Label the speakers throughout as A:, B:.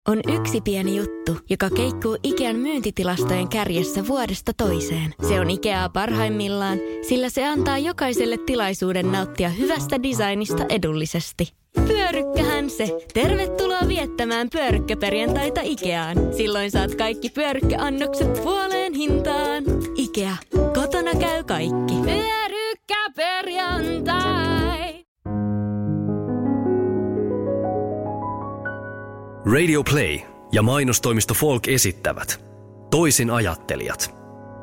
A: On yksi pieni juttu, joka keikkuu Ikean myyntitilastojen kärjessä vuodesta toiseen. Se on Ikeaa parhaimmillaan, sillä se antaa jokaiselle tilaisuuden nauttia hyvästä designista edullisesti. Pyörykkähän se! Tervetuloa viettämään pyörykkäperjantaita Ikeaan. Silloin saat kaikki pyörykkäannokset puoleen hintaan. Ikea. Kotona käy kaikki. Pyörykkäperjantai!
B: Radio Play ja mainostoimisto Folk esittävät Toisin ajattelijat.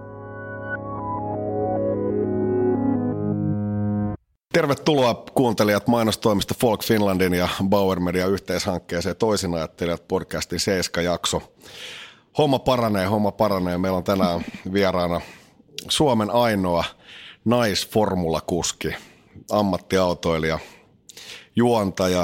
C: Tervetuloa kuuntelijat mainostoimisto Folk Finlandin ja Bauer Media yhteishankkeeseen Toisin ajattelijat podcastin 7 jakso. Homma paranee. Meillä on tänään vieraana Suomen ainoa naisformulakuski, ammattiautoilija, juontaja,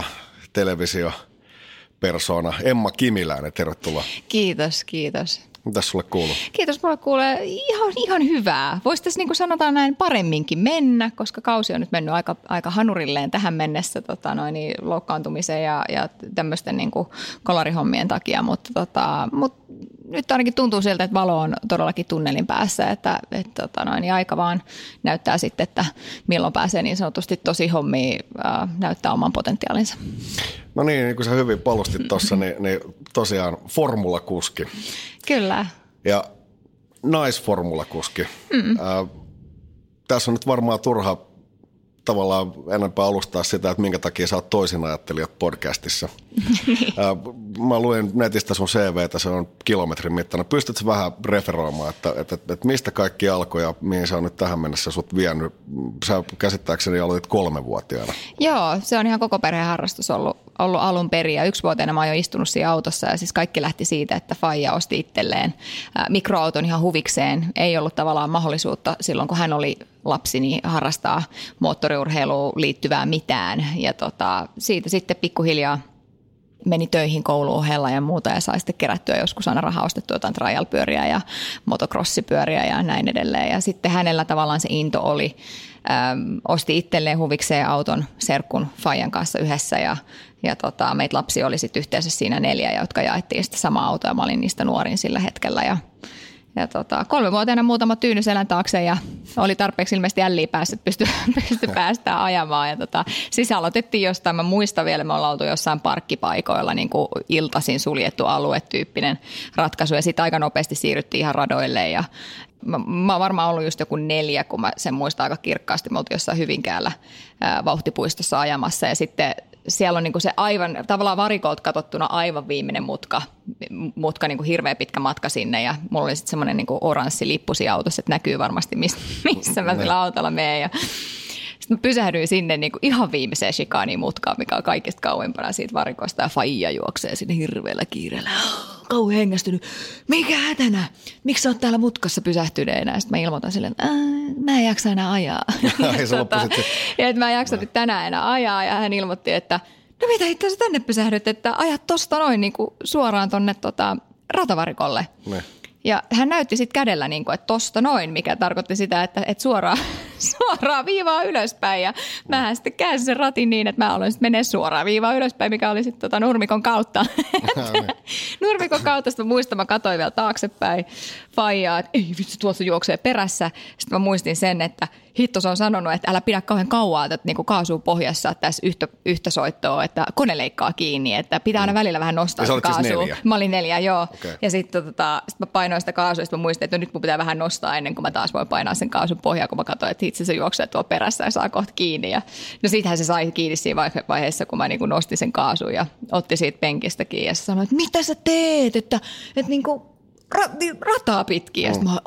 C: televisiopersona Emma Kimiläinen. Tervetuloa.
D: Kiitos.
C: Mitäs sulle kuuluu?
D: Kiitos, mulle kuulee ihan hyvää. Voisi tässä niin kuin sanotaan näin paremminkin mennä, koska kausi on nyt mennyt aika hanurilleen tähän mennessä loukkaantumisen ja tämmöisten niin kuin kolarihommien takia, mutta nyt ainakin tuntuu siltä, että valo on todellakin tunnelin päässä, että aika vaan näyttää sitten, että milloin pääsee niin sanotusti tosi hommiin näyttää oman potentiaalinsa.
C: No niin kuin sä hyvin palustit tuossa, niin tosiaan formulakuski.
D: Kyllä.
C: Ja naisformulakuski. Tässä on nyt varmaan turha tavallaan enempää alustaa sitä, että minkä takia sä oot Toisin ajattelijat podcastissa. Mä luin netistä sun CVtä, se on kilometrin mittainen. Pystytkö vähän referoimaan, että mistä kaikki alkoi ja mihin sä on nyt tähän mennessä sut vienyt? Sä käsittääkseni aloitit 3-vuotiaana. Joo,
D: se on ihan koko perheen harrastus ollut alun perin. Ja 1-vuotiaana mä oon jo istunut siinä autossa ja siis kaikki lähti siitä, että faija osti itselleen mikroauton ihan huvikseen. Ei ollut tavallaan mahdollisuutta silloin, kun hän oli lapsi, niin harrastaa moottoriurheiluun liittyvää mitään. Ja siitä sitten pikkuhiljaa meni töihin kouluun ohella ja muuta ja sai sitten kerättyä joskus aina rahaa, ostettua jotain trial-pyöriä ja motocrossipyöriä ja näin edelleen. Ja sitten hänellä tavallaan se into oli, osti itselleen huvikseen auton serkun faijan kanssa yhdessä ja meitä lapsi oli sitten yhteensä siinä 4, jotka jaettiin sitä samaa autoa ja mä olin niistä nuorin sillä hetkellä ja 3-vuotiaana muutama tyyny selän taakse ja oli tarpeeksi ilmeisesti älliä päässä, että pystyi päästään ajamaan. Ja siis aloitettiin jostain, mä muistan vielä, me ollaan oltu jossain parkkipaikoilla, niin kuin iltaisin suljettu alue-tyyppinen ratkaisu ja sitten aika nopeasti siirryttiin ihan radoille ja mä oon varmaan ollut just joku 4, kun mä sen muistan aika kirkkaasti. Me oltiin jossain Hyvinkäällä vauhtipuistossa ajamassa ja sitten siellä on niin kuin se aivan tavallaan varikolta katsottuna aivan viimeinen mutka niin kuin hirveän pitkä matka sinne ja mulla oli sitten semmoinen niin kuin oranssi lippu siinä autossa, että näkyy varmasti missä mä sillä autolla menen ja sitten mä pysähdyin sinne niin kuin ihan viimeiseen chicaniin mutkaan, mikä on kaikista kauempana siitä varikosta ja faija juoksee sinne hirveällä kiireellä. Kauhean hengästynyt. Mikä hätänä? Miksi sä oot täällä mutkassa pysähtyneenä? Sitten mä ilmoitan silleen, että mä en jaksa enää ajaa. Ja että mä en jaksa nyt tänään enää ajaa. Ja hän ilmoitti, että no mitä itse asiassa tänne pysähdyt, että ajat tosta noin niin kuin suoraan tonne ratavarikolle. Ne. Ja hän näytti sitten kädellä, niin kuin, että tosta noin, mikä tarkoitti sitä, että suoraan viivaa ylöspäin. Ja mähän sitten käänsin sen ratin niin, että mä aloin sitten mennä suoraan viivaa ylöspäin, mikä oli sitten nurmikon kautta. Nurmikon kautta sitten mä katsoin vielä taaksepäin faijaa, että ei vitsi, tuossa juoksee perässä. Sitten mä muistin sen, että hitto se on sanonut, että älä pidä kauhean kauaa että niin kaasua pohjassa tässä yhtä soittoa, että kone leikkaa kiinni, että pitää aina välillä vähän nostaa sitä kaasua. Siis 4? Mä olin 4, joo. Okay. Ja sitten sit mä painoin sitä kaasua ja sitten mä muistin, että nyt mun pitää vähän nostaa ennen kuin mä taas voin painaa sen kaasun pohjaa, kun mä katsoin, että itse se juoksee tuolla perässä ja saa kohta kiinni. Ja no siitähän se sai kiinni siinä vaiheessa, kun mä niin kuin nostin sen kaasun ja otti siitä penkistä kiinni ja sanoi, että mitä sä teet, että niin kuin rataa pitkin. Ja sitten mä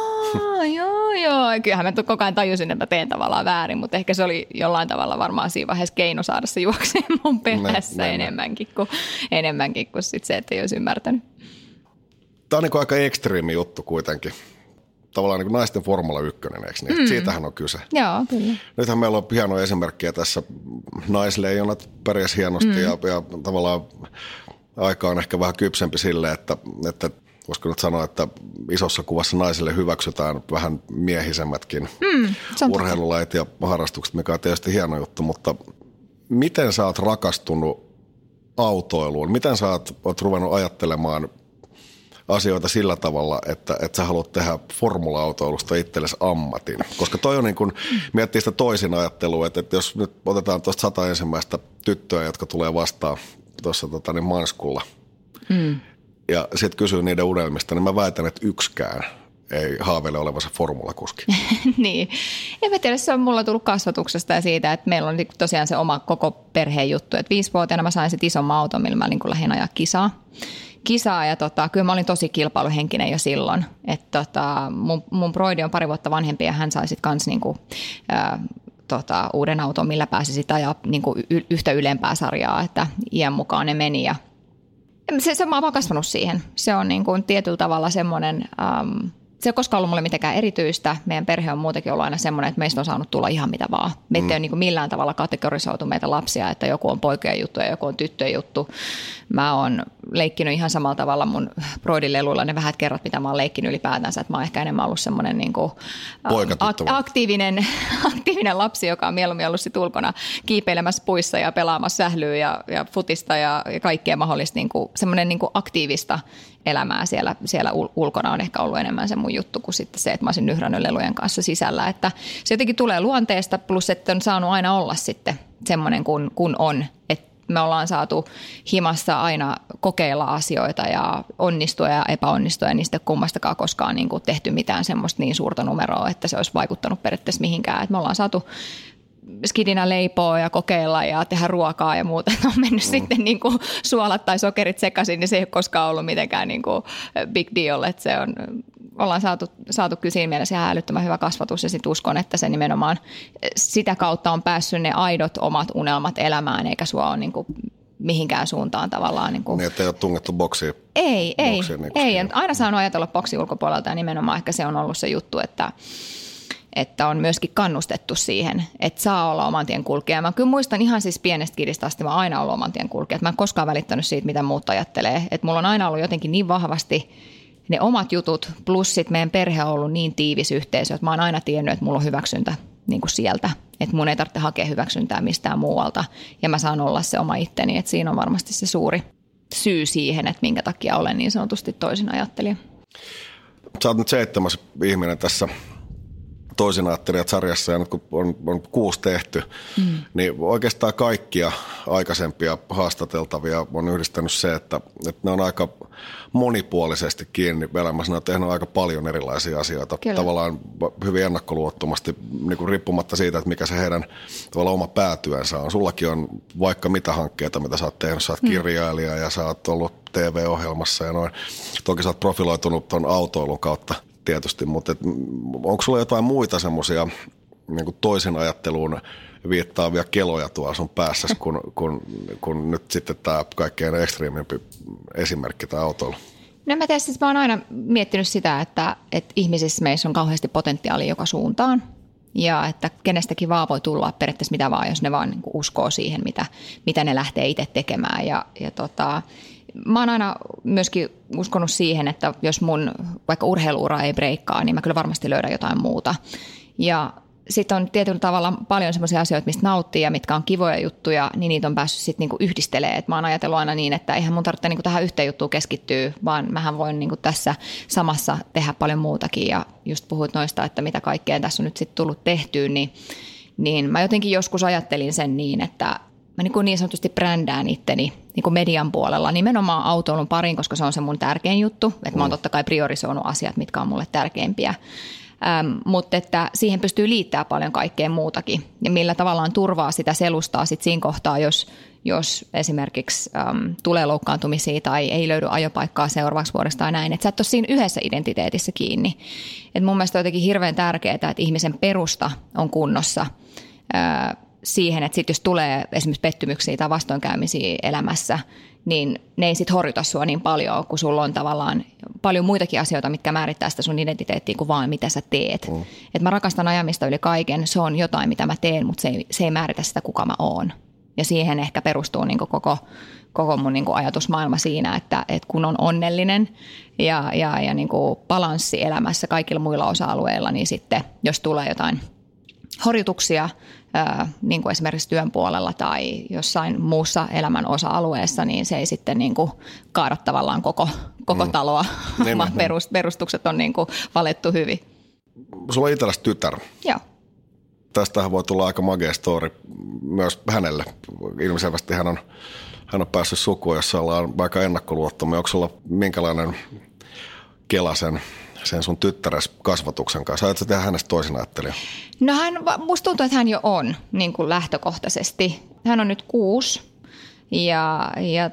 D: joo. Kyllähän mä koko ajan tajusin, että mä teen tavallaan väärin, mutta ehkä se oli jollain tavalla varmaan siinä vaiheessa keino saada se juokseen mun perässä enemmänkin kuin sit se, että ei olisi ymmärtänyt. Tämä on niin aika ekstriimi juttu kuitenkin. Tavallaan niin kuin naisten Formula 1, eikö niin? Siitähän on kyse. Joo, kyllä. Nythän meillä on hienoja esimerkkejä tässä. Naisleijonat pärjäs hienosti ja tavallaan aika on ehkä vähän kypsempi sille, että voisiko nyt sanoa, että isossa kuvassa naisille hyväksytään vähän miehisemmätkin urheilulajit ja harrastukset, mikä on tietysti hieno juttu, mutta miten sä oot rakastunut
C: autoiluun. Miten sä oot ruvennut ajattelemaan asioita sillä tavalla, että sä haluat tehdä formula-autoilusta itsellesi ammatin? Koska toi on niin kuin, miettii sitä toisin ajattelua, että jos nyt otetaan tuosta 100 ensimmäistä tyttöä, jotka tulee vastaan tuossa Manskulla, ja sitten kysyy niiden unelmista, niin mä väitän, että yksikään ei haaveile olevansa formulakuski.
D: Niin. En mä tiedä, se on mulla tullut kasvatuksesta ja siitä, että meillä on tosiaan se oma koko perheen juttu. Että 5-vuotiaana mä sain sitten isomman auton, millä mä lähdin ajaa kisaa ja kyllä mä olin tosi kilpailuhenkinen jo silloin. Että mun broidi on 2 vuotta vanhempi ja hän sai sitten kans uuden auton, millä pääsi sitten ajaa yhtä ylempää sarjaa, että iän mukaan ne meni ja se mä oon vaan kasvanut siihen. Se on tietyllä tavalla semmoinen, se ei ole koskaan ollut mulle mitenkään erityistä. Meidän perhe on muutenkin ollut aina semmoinen, että meistä on saanut tulla ihan mitä vaan. Meitä ei ole millään tavalla kategorisoitu meitä lapsia, että joku on poikien juttu ja joku on tyttöjen juttu. Mä oon leikkinyt ihan samalla tavalla mun broidin leluilla ne vähät kerrat, mitä mä oon leikkinyt ylipäätänsä. Että mä oon ehkä enemmän ollut semmoinen aktiivinen lapsi, joka on mieluummin ollut sit ulkona kiipeilemässä puissa ja pelaamassa sählyä ja futista ja kaikkea mahdollista semmoinen aktiivista elämää siellä ulkona on ehkä ollut enemmän se mun juttu kuin sitten se, että mä olisin nyhrännyt lelujen kanssa sisällä. Että se jotenkin tulee luonteesta, plus että on saanut aina olla sitten semmoinen kun on. Että me ollaan saatu himassa aina kokeilla asioita ja onnistua ja epäonnistua ja niistä kummastakaan koskaan tehty mitään semmoista niin suurta numeroa, että se olisi vaikuttanut periaatteessa mihinkään. Että me ollaan saatu skidinä leipoa ja kokeilla ja tehdä ruokaa ja muuta. On mennyt sitten suolat tai sokerit sekaisin, niin se ei ole koskaan ollut mitenkään big deal. Että se ollaan saatu kyllä siinä mielessä ihan älyttömän hyvä kasvatus ja sitten uskon, että se nimenomaan sitä kautta on päässyt ne aidot omat unelmat elämään, eikä sua ole mihinkään suuntaan tavallaan.
C: Niin, että ei ole tungettu boksiin.
D: Ei. Aina saanut ajatella boksin ulkopuolelta ja nimenomaan ehkä se on ollut se juttu, että on myöskin kannustettu siihen, että saa olla oman tien kulkija. Mä kyllä muistan ihan siis pienestä kidistä asti, mä oon aina ollut oman tien kulkija. Mä en koskaan välittänyt siitä, mitä muut ajattelee. Että mulla on aina ollut jotenkin niin vahvasti ne omat jutut, plus sit meidän perhe on ollut niin tiivis yhteisö, että mä oon aina tiennyt, että mulla on hyväksyntä sieltä. Että mun ei tarvitse hakea hyväksyntää mistään muualta. Ja mä saan olla se oma itteni, että siinä on varmasti se suuri syy siihen, että minkä takia olen niin sanotusti toisin ajattelija.
C: Sä oot nyt 7. ihminen tässä toisin ajattelijat sarjassa ja nyt kun on 6 tehty, niin oikeastaan kaikkia aikaisempia haastateltavia on yhdistänyt se, että ne on aika monipuolisesti kiinni elämässä. Ne on tehnyt aika paljon erilaisia asioita. Kyllä. Tavallaan hyvin ennakkoluottomasti, riippumatta siitä, että mikä se heidän oma päätyönsä on. Sullakin on vaikka mitä hankkeita, mitä sä oot tehnyt. Sä oot kirjailija ja sä oot ollut TV-ohjelmassa ja noin. Toki sä oot profiloitunut ton autoilun kautta tietysti, mutta onko sulla jotain muita semmoisia toisen ajatteluun viittaavia keloja tuolla sun päässäsi, kun nyt sitten tämä kaikkein ekstriimimpi esimerkki, tämä autoilu?
D: No mä tiedän, siis mä oon aina miettinyt sitä, että ihmisissä meissä on kauheasti potentiaalia joka suuntaan ja että kenestäkin vaan voi tulla periaatteessa mitä vaan, jos ne vaan uskoo siihen, mitä ne lähtee itse tekemään mä oon aina myöskin uskonut siihen, että jos mun vaikka urheiluura ei breikkaa, niin mä kyllä varmasti löydän jotain muuta. Ja sitten on tietyllä tavalla paljon semmoisia asioita, mistä nauttii ja mitkä on kivoja juttuja, niin niitä on päässyt sitten yhdistelemään. Et mä oon ajatellut aina niin, että eihän mun tarvitse tähän yhteen juttuun keskittyä, vaan mähän voin tässä samassa tehdä paljon muutakin. Ja just puhuit noista, että mitä kaikkea tässä on nyt sitten tullut tehtyä, niin mä jotenkin joskus ajattelin sen niin, että mä niin sanotusti brändään itteni median puolella nimenomaan autoilun pariin, koska se on se mun tärkein juttu. Että mä oon totta kai priorisoinut asiat, mitkä on mulle tärkeimpiä. Mutta että siihen pystyy liittämään paljon kaikkea muutakin. Ja millä tavallaan turvaa sitä selustaa sit siinä kohtaa, jos esimerkiksi tulee loukkaantumisia tai ei löydy ajopaikkaa seuraavaksi vuodesta tai näin. Että sä et ole siinä yhdessä identiteetissä kiinni. Et mun mielestä on jotenkin hirveän tärkeää, että ihmisen perusta on kunnossa siihen, että sit jos tulee esimerkiksi pettymyksiä tai vastoinkäymisiä elämässä, niin ne ei sit horjuta sua niin paljon, kun sulla on tavallaan paljon muitakin asioita, mitkä määrittää sitä sun identiteettiä kuin vaan mitä sä teet. Et mä rakastan ajamista yli kaiken, se on jotain mitä mä teen, mutta se ei määritä sitä kuka mä oon. Ja siihen ehkä perustuu koko mun ajatusmaailma siinä, että kun on onnellinen ja balanssi elämässä kaikilla muilla osa-alueilla, niin sitten jos tulee jotain horjutuksia, niin kuin esimerkiksi työn puolella tai jossain muussa elämän osa-alueessa, niin se ei sitten niin kuin kaada tavallaan koko taloa, vaan perustukset on niin kuin valettu hyvin.
C: Sulla on itselläsi tytär.
D: Joo.
C: Tästähän voi tulla aika magea story myös hänelle. Ilmiselvästi hän on päässyt sukuun, jossa ollaan aika ennakkoluottomia. Onko sulla minkälainen kela sen sun tyttäres kasvatuksen kanssa? Ajatko tehdä hänestä toisen ajattelijan?
D: No musta tuntuu, että hän jo on niin kuin lähtökohtaisesti. Hän on nyt 6 ja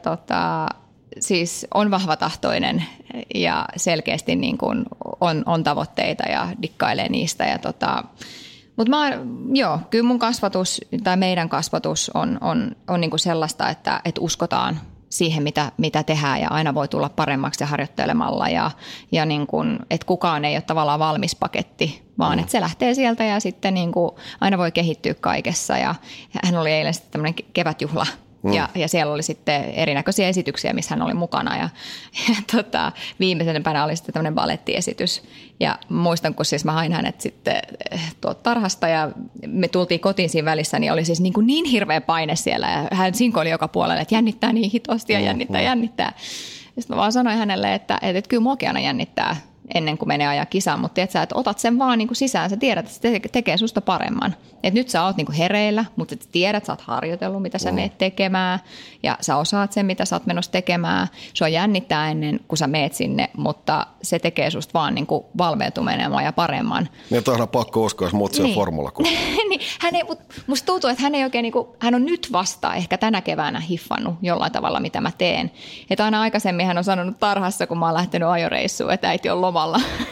D: siis on vahvatahtoinen ja selkeästi niin kuin on tavoitteita ja dikkailee niistä. Mutta kyllä mun kasvatus tai meidän kasvatus on niin kuin sellaista, että uskotaan siihen, mitä tehdään ja aina voi tulla paremmaksi ja harjoittelemalla ja niin kuin, että kukaan ei ole tavallaan valmis paketti, vaan että se lähtee sieltä ja sitten niin kuin aina voi kehittyä kaikessa ja hän oli eilen sitten tämmöinen kevätjuhla. Ja siellä oli sitten erinäköisiä esityksiä, missä hän oli mukana ja viimeisenä oli sitten tämmöinen balettiesitys. Ja muistan, kun siis mä hain hänet sitten tuolta tarhasta ja me tultiin kotiin siinä välissä, niin oli siis niin hirveä paine siellä ja hän sinkoili joka puolelle, että jännittää niin hitosti ja jännittää. Ja sitten mä vaan sanoin hänelle, että kyllä muakin aina jännittää ennen kuin menee ajaa kisaan, mutta tiedät sä, että otat sen vaan niin kuin sisään, sä tiedät, että se tekee susta paremman. Et nyt sä oot niin kuin hereillä, mutta sä tiedät, sä oot harjoitellut, mitä sä meet tekemään ja sä osaat sen, mitä sä oot menossa tekemään. Sua jännittää ennen kuin sä meet sinne, mutta se tekee susta vaan niin kuin valveutuneemman ja paremman.
C: Niin toihan on pakko uskoa, jos muut on formulakuva.
D: Niin, musta tuntuu, että hän ei oikein, niin kuin, hän on nyt vasta ehkä tänä keväänä hiffannut jollain tavalla, mitä mä teen. Että aina aikaisemmin hän on sanonut tarhassa, kun mä oon lähtenyt ajoreissuun, että äiti on lomalla.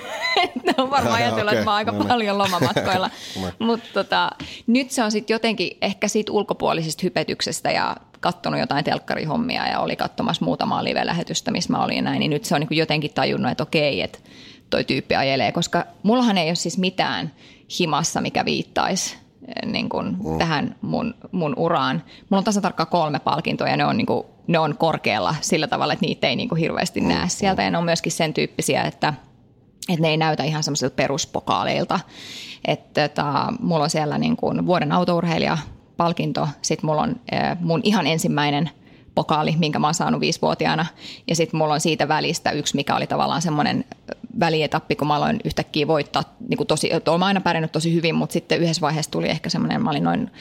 D: Ne on varmaan ajatellut, että mä oon aika paljon lomamatkoilla. Mutta nyt se on sitten jotenkin ehkä siitä ulkopuolisesta hypetyksestä ja katsonut jotain telkkarihommia ja oli katsomassa muutamaa live-lähetystä, missä mä olin ja näin. Niin nyt se on niin jotenkin tajunnut, että okei, että toi tyyppi ajelee. Koska mullahan ei ole siis mitään himassa, mikä viittaisi niin kuin tähän mun uraan. Mulla on tasan tarkkaan 3 palkintoa ja ne on korkealla sillä tavalla, että niitä ei niin kuin hirveästi näe sieltä. Ja ne on myöskin sen tyyppisiä, että ne ei näytä ihan semmoisilta peruspokaaleilta. Että mulla on siellä niin kuin vuoden autourheilijapalkinto, sitten mulla on mun ihan ensimmäinen pokaali, minkä mä oon saanut 5-vuotiaana. Ja sitten mulla on siitä välistä yksi, mikä oli tavallaan semmoinen välietappi, kun mä aloin yhtäkkiä voittaa. Niin kuin olen aina pärjännyt tosi hyvin, mutta sitten yhdessä vaiheessa tuli ehkä semmoinen, mä olin noin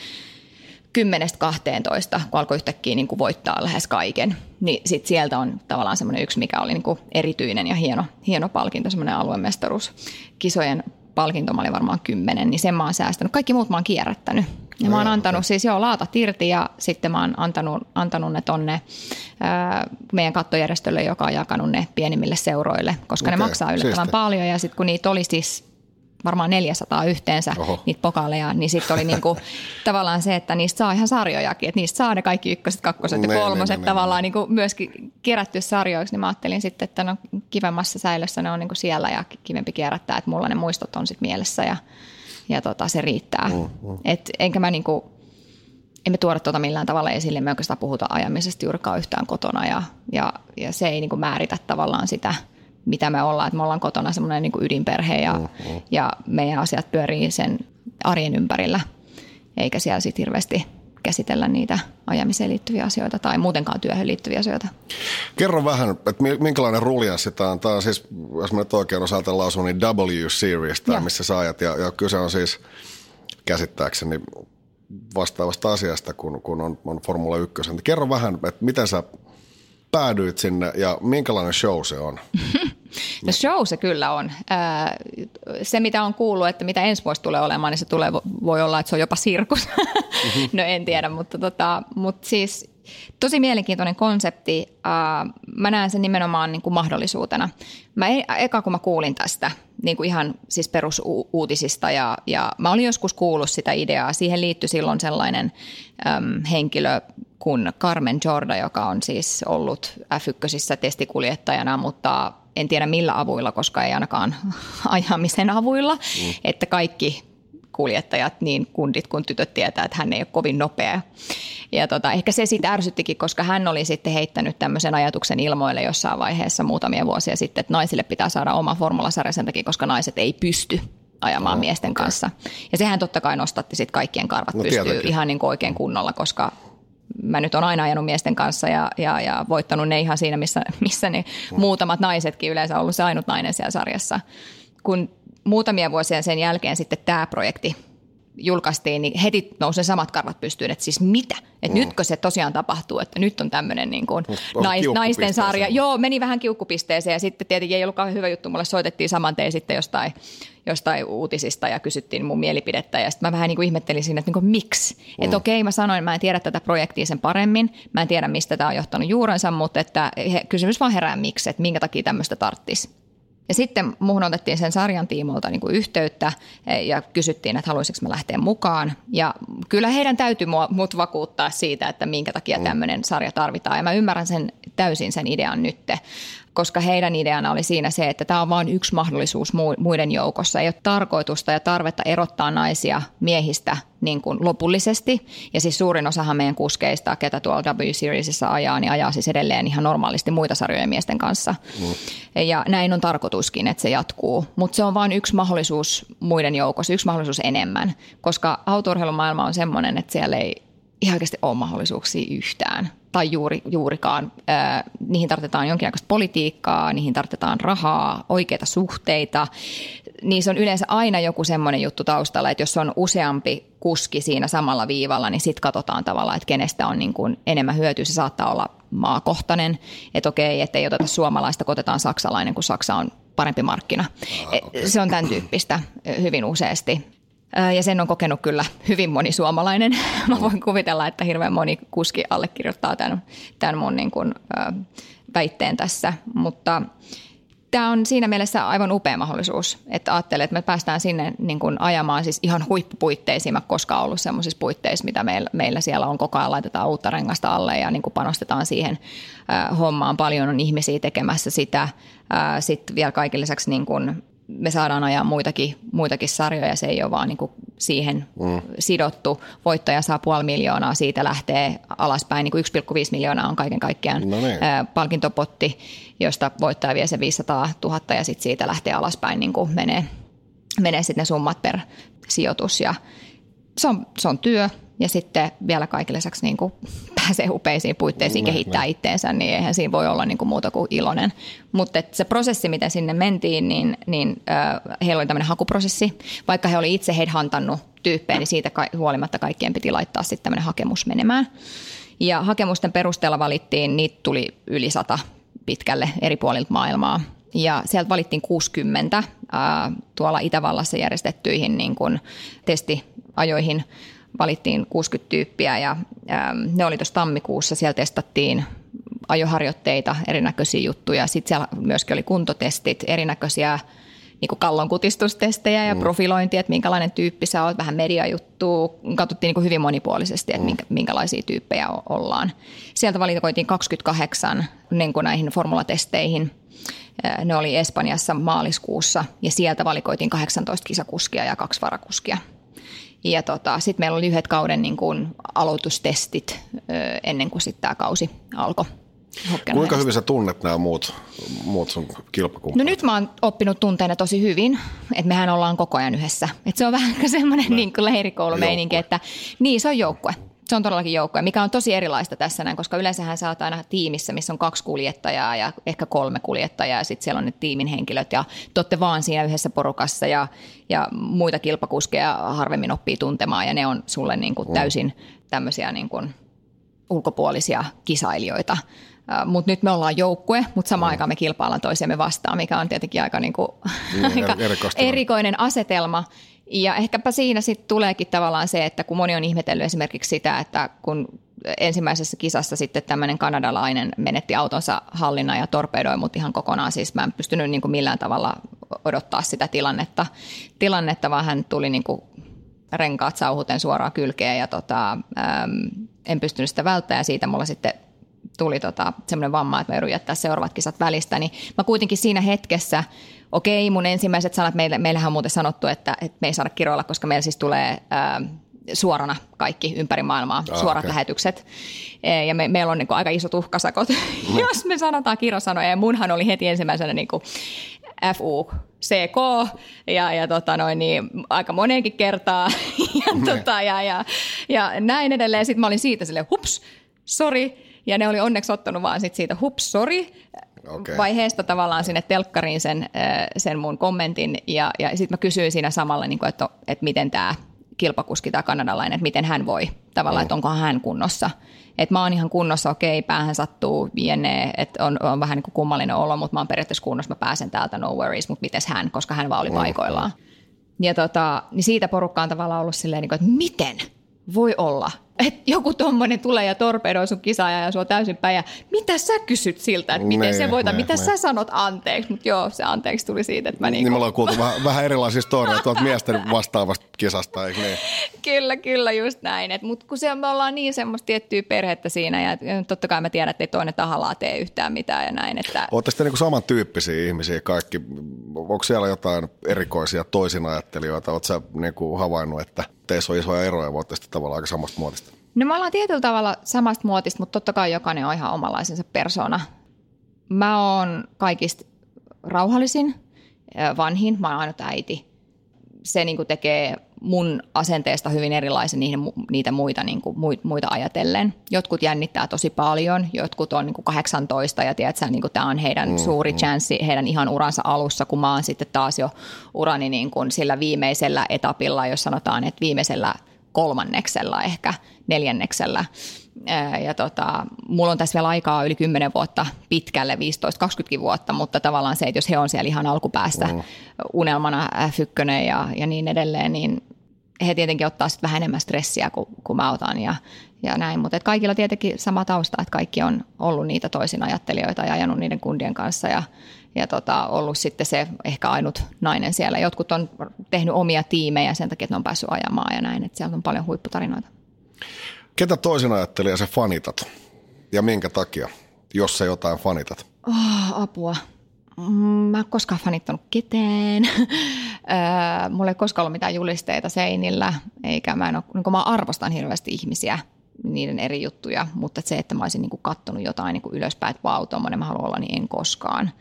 D: 10-12, kun alkoi yhtäkkiä niin kuin voittaa lähes kaiken. Niin sitten sieltä on tavallaan semmoinen yksi, mikä oli niin kuin erityinen ja hieno palkinto, semmoinen aluemestaruuskisojen palkinto, mä olin varmaan 10, niin sen mä oon säästänyt. Kaikki muut mä oon kierrättänyt. Ja mä oon antanut siis laatat irti ja sitten mä oon antanut ne tonne meidän kattojärjestölle, joka on jakanut ne pienimmille seuroille, koska ne maksaa yllättävän paljon ja sitten kun niitä oli siis varmaan 400 yhteensä niitä pokaaleja, niin sitten oli niinku tavallaan se, että niistä saa ihan sarjojakin, että niistä saa ne kaikki 1., 2. ja 3. tavallaan niinku myöskin kerätty sarjoiksi, niin mä ajattelin sitten, että no kivemmassa säilössä ne on niinku siellä ja kivempi kierrättää, että mulla ne muistot on sitten mielessä ja se riittää. Et enkä mä niinku, emme tuoda tuota millään tavalla esille, me oikeastaan puhuta ajamisesta juurikaan yhtään kotona ja se ei niinku määritä tavallaan sitä, mitä me ollaan, että me ollaan kotona semmoinen niin kuin ydinperhe ja meidän asiat pyörii sen arjen ympärillä, eikä siellä sitten hirveästi käsitellä niitä ajamiseen liittyviä asioita tai muutenkaan työhön liittyviä asioita. Kerro vähän, että minkälainen ruljanssi tämä on. Tämä on siis, jos mä nyt oikein osaan lausua, niin W-series, missä sä ajat ja kyse on siis käsittääkseni vastaavasta asiasta, kun on Formula 1. Kerro vähän, että miten sä päädyit sinne ja minkälainen show se on? No show se kyllä on. Se mitä on kuullut, että mitä ensi vuosi tulee olemaan, niin voi olla, että se on jopa sirkus. No en tiedä, mutta siis tosi mielenkiintoinen konsepti. Mä näen sen nimenomaan niin kuin mahdollisuutena. Kun mä kuulin tästä niin kuin ihan siis perusuutisista ja mä olin joskus kuullut sitä ideaa. Siihen liittyi silloin sellainen henkilö kuin Carmen Jorda, joka on siis ollut F1:sissä testikuljettajana, mutta en tiedä millä avuilla, koska ei ainakaan ajamisen avuilla, että kaikki kuljettajat, niin kundit kuin tytöt tietää, että hän ei ole kovin nopea. Ja ehkä se siitä ärsyttikin, koska hän oli sitten heittänyt tämmöisen ajatuksen ilmoille jossain vaiheessa muutamia vuosia sitten, että naisille pitää saada oma formulasarja sen takia, koska naiset ei pysty ajamaan miesten kanssa. Ja sehän totta kai nostatti sitten kaikkien karvat pystyy ihan niin kuin oikein kunnolla, koska mä nyt on aina ajanut miesten kanssa ja voittanut ne ihan siinä, missä ne muutamat naisetkin yleensä ollut se ainut nainen siellä sarjassa. Kun muutamia vuosia sen jälkeen sitten tämä projekti julkaistiin, niin heti nousi samat karvat pystyyn, että siis mitä? Että nytkö se tosiaan tapahtuu, että nyt on tämmöinen niin kuin naisten sarja. Joo, meni vähän kiukkupisteeseen ja sitten tietenkin ei ollut kauhean hyvä juttu. Mulle soitettiin saman tein sitten jostain uutisista ja kysyttiin mun mielipidettä ja sitten mä vähän niin kuin ihmettelin siinä, että niin kuin, miksi? Että okei, mä sanoin, mä en tiedä tätä projektia sen paremmin, mä en tiedä mistä tämä on johtanut juurensa, mutta että kysymys vaan herää miksi, että minkä takia tämmöistä tarttisi. Ja sitten muuhun otettiin sen sarjan tiimoilta niin kuin yhteyttä ja kysyttiin, että haluaisinko mä lähteä mukaan. Ja kyllä heidän täytyy mut vakuuttaa siitä, että minkä takia tämmöinen sarja tarvitaan. Ja mä ymmärrän täysin sen idean nytte, koska heidän ideana oli siinä se, että tämä on vain yksi mahdollisuus muiden joukossa. Ei ole tarkoitusta ja tarvetta erottaa naisia miehistä niin kuin lopullisesti. Ja siis suurin osahan meidän kuskeista, ketä tuolla W-Seriesissa ajaa, niin ajaa siis edelleen ihan normaalisti muita sarjoja miesten kanssa. Ja näin on tarkoituskin, että se jatkuu. Mutta se on vain yksi mahdollisuus muiden joukossa, yksi mahdollisuus enemmän. Koska autourheilumaailma on semmoinen, että siellä ei ihan oikeasti ole mahdollisuuksia yhtään. Tai juurikaan. Niihin tarvitaan jonkinlaista politiikkaa, niihin tarvitaan rahaa, oikeita suhteita. Niissä on yleensä aina joku semmoinen juttu taustalla, että jos on useampi kuski siinä samalla viivalla, niin sitten katsotaan tavallaan, että kenestä on niin kuin enemmän hyötyä. Se saattaa olla maakohtainen, että okei, ettei oteta suomalaista, kun otetaan saksalainen, kun Saksa on parempi markkina. Se on tämän tyyppistä hyvin useasti. Ja sen on kokenut kyllä hyvin moni suomalainen. Mä voin kuvitella, että hirveän moni kuski allekirjoittaa tämän mun niin kuin, väitteen tässä. Mutta tämä on siinä mielessä aivan upea mahdollisuus, että ajattelen, että me päästään sinne niin kuin ajamaan siis ihan huippupuitteisiin. Mä koskaan ollut sellaisissa puitteissa, mitä meillä siellä on, koko ajan laitetaan uutta rengasta alle ja niin kuin panostetaan siihen hommaan. Paljon on ihmisiä tekemässä sitä. Sitten vielä kaiken lisäksi niin kuin me saadaan ajaa muitakin sarjoja, se ei ole vaan niin kuin siihen sidottu. Voittaja saa 500 000, siitä lähtee alaspäin, niin kuin 1,5 miljoonaa on kaiken kaikkiaan palkintopotti, josta voittaja vie se 500 000 ja sitten siitä lähtee alaspäin, niin kuin menee sitten ne summat per sijoitus ja se on työ. Ja sitten vielä kaikille lisäksi niin kuin pääsee upeisiin puitteisiin kehittää itteensä, niin eihän siinä voi olla niin kuin muuta kuin iloinen. Mutta se prosessi, miten sinne mentiin, niin heillä oli tämmöinen hakuprosessi. Vaikka he oli itse headhuntannut tyyppejä, niin siitä huolimatta kaikkien piti laittaa sitten tämmöinen hakemus menemään. Ja hakemusten perusteella valittiin, niitä tuli yli 100 pitkälle eri puolilta maailmaa. Ja sieltä valittiin 60 tuolla Itävallassa järjestettyihin niin kuin testiajoihin. Valittiin 60 tyyppiä ja ne oli tuossa tammikuussa. Siellä testattiin ajoharjoitteita, erinäköisiä juttuja. Sitten siellä myöskin oli kuntotestit, erinäköisiä niin kuin kallonkutistusTestejä ja profilointia, että minkälainen tyyppi sä oot, vähän mediajuttua. Katsottiin niin kuin hyvin monipuolisesti, että minkälaisia tyyppejä ollaan. Sieltä valikoitiin 28 niin kuin näihin formulatesteihin. Ne oli Espanjassa maaliskuussa ja sieltä valikoitiin 18 kisakuskia ja 2 varakuskia. Ja sitten meillä oli yhdet kauden niin kuin aloitustestit ennen kuin sitten tämä kausi alkoi.
C: Kuinka hyvin sä tunnet nämä muut sun kilpakumppanit?
D: No nyt mä oon oppinut tunteena tosi hyvin, että mehän ollaan koko ajan yhdessä. Että se on vähän semmoinen niin kuin leirikoulumeininki, että niin se on joukkue. Se on todellakin joukkue, mikä on tosi erilaista tässä näin, koska yleensähän sä oot aina tiimissä, missä on 2 kuljettajaa ja ehkä 3 kuljettajaa ja sitten siellä on ne tiimin henkilöt ja te ootte vaan siinä yhdessä porukassa ja muita kilpakuskeja harvemmin oppii tuntemaan ja ne on sulle niin kuin täysin tämmöisiä niin kuin ulkopuolisia kisailijoita. Mutta nyt me ollaan joukkue, mutta samaan aikaan me kilpaillaan toisiamme vastaan, mikä on tietenkin aika, niin kuin, aika erikoinen asetelma. Ja ehkäpä siinä sitten tuleekin tavallaan se, että kun moni on ihmetellyt esimerkiksi sitä, että kun ensimmäisessä kisassa sitten tämmöinen kanadalainen menetti autonsa hallinnan ja torpedoi mut ihan kokonaan. Siis mä en pystynyt niin kuin millään tavalla odottaa sitä tilannetta, vaan hän tuli niin kuin renkaat sauhuten suoraan kylkeen ja en pystynyt sitä välttämään ja siitä mulla sitten tuli semmoinen vamma, että mä joudun jättää seuraavat kisat välistä, niin mä kuitenkin siinä hetkessä, okei, mun ensimmäiset sanat, meillähän on muuten sanottu, että me ei saada kiroilla, koska meillä siis tulee suorana kaikki ympäri maailmaa, suorat lähetykset. Ja meillä on niin kuin aika isot uhkasakot, jos me sanotaan kirosanoja. Ja munhan oli heti ensimmäisenä niin kuin FUCK ja aika moneenkin kertaa ja näin edelleen. Sitten mä olin siitä silleen hups, sori. Ja ne oli onneksi ottanut vaan siitä hups, sori vaiheesta tavallaan sinne telkkariin sen mun kommentin. Ja sitten mä kysyin siinä samalla, niin kuin, että miten tämä kilpakuski, tämä kanadalainen, että miten hän voi tavallaan, että onkohan hän kunnossa. Että mä oon ihan kunnossa, okei, päähän sattuu, jne, että on vähän niin kuin kummallinen olo, mutta mä oon periaatteessa kunnossa, mä pääsen täältä, no worries, mutta mites hän, koska hän vaan oli paikoillaan. Ja niin siitä porukka on tavallaan ollut silleen, että miten voi olla, että joku tommoinen tulee ja torpedoi sun kisaa ja sua täysin päin ja mitä sä kysyt siltä, että miten se voita, mitä sä sanot anteeksi, mutta joo, se anteeksi tuli siitä, että mä
C: niin me ollaan kuultu vähän erilaisia storya tuolta miesten vastaavasta kisasta, eikö niin?
D: Kyllä, just näin, mutta kun me ollaan niin semmoista tiettyä perhettä siinä ja totta kai mä tiedän, että ei toinen tahallaan tee yhtään mitään ja näin.
C: Ootte sitten niin samantyyppisiä ihmisiä kaikki, onko siellä jotain erikoisia toisinajattelijoita, ootko sä niin kuin havainnut, että teissä on isoja eroja, voitte sitten tavallaan aika samasta muotista?
D: No me ollaan tietyllä tavalla samasta muotista, mutta totta kai jokainen on ihan omanlaisensa persoona. Mä oon kaikista rauhallisin, vanhin, mä oon ainut äiti. Se niin kuin tekee mun asenteesta hyvin erilaisen niitä muita, niin kuin, muita ajatellen. Jotkut jännittää tosi paljon, jotkut on niin kuin 18 ja tiedätkö, niin kuin tämä on heidän suuri chanssi heidän ihan uransa alussa, kun mä oon sitten taas jo urani niin kuin sillä viimeisellä etapilla, jos sanotaan, että viimeisellä 3. ehkä 4. Ja mulla on tässä vielä aikaa yli 10 vuotta pitkälle, 15-20 vuotta, mutta tavallaan se, että jos he on siellä ihan alkupäästä unelmana F1 ja niin edelleen, niin he tietenkin ottaa sitten vähän enemmän stressiä kuin mä otan ja näin. Mutta kaikilla tietenkin sama tausta, että kaikki on ollut niitä toisinajattelijoita ja ajanut niiden kundien kanssa ja ollut sitten se ehkä ainut nainen siellä. Jotkut on tehnyt omia tiimejä sen takia, että ne on päässyt ajamaan ja näin, että sieltä on paljon huipputarinoita.
C: Ketä toisinajattelija sä fanitat ja minkä takia, jos sä jotain fanitat?
D: Apua. Mä en koskaan fanittanut ketään. Mulla ei koskaan ollut mitään julisteita seinillä, eikä mä arvostan hirveästi ihmisiä, niiden eri juttuja, mutta se, että mä olisin niin kuin kattonut jotain niin kuin ylöspäin, että vau, tommoinen mä haluan olla, niin en koskaan.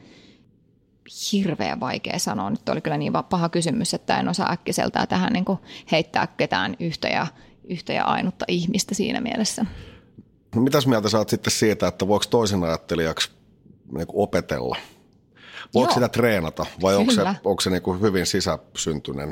D: Hirveän vaikea sanoa. Nyt oli kyllä niin paha kysymys, että en osaa äkkiseltään tähän niin kuin heittää ketään yhtä ja ainutta ihmistä siinä mielessä.
C: No mitäs mieltä sä oot sitten siitä, että voiko toisinajattelijaksi niin kuin opetella? Voiko sitä treenata vai onko se niin kuin hyvin sisäsyntyinen?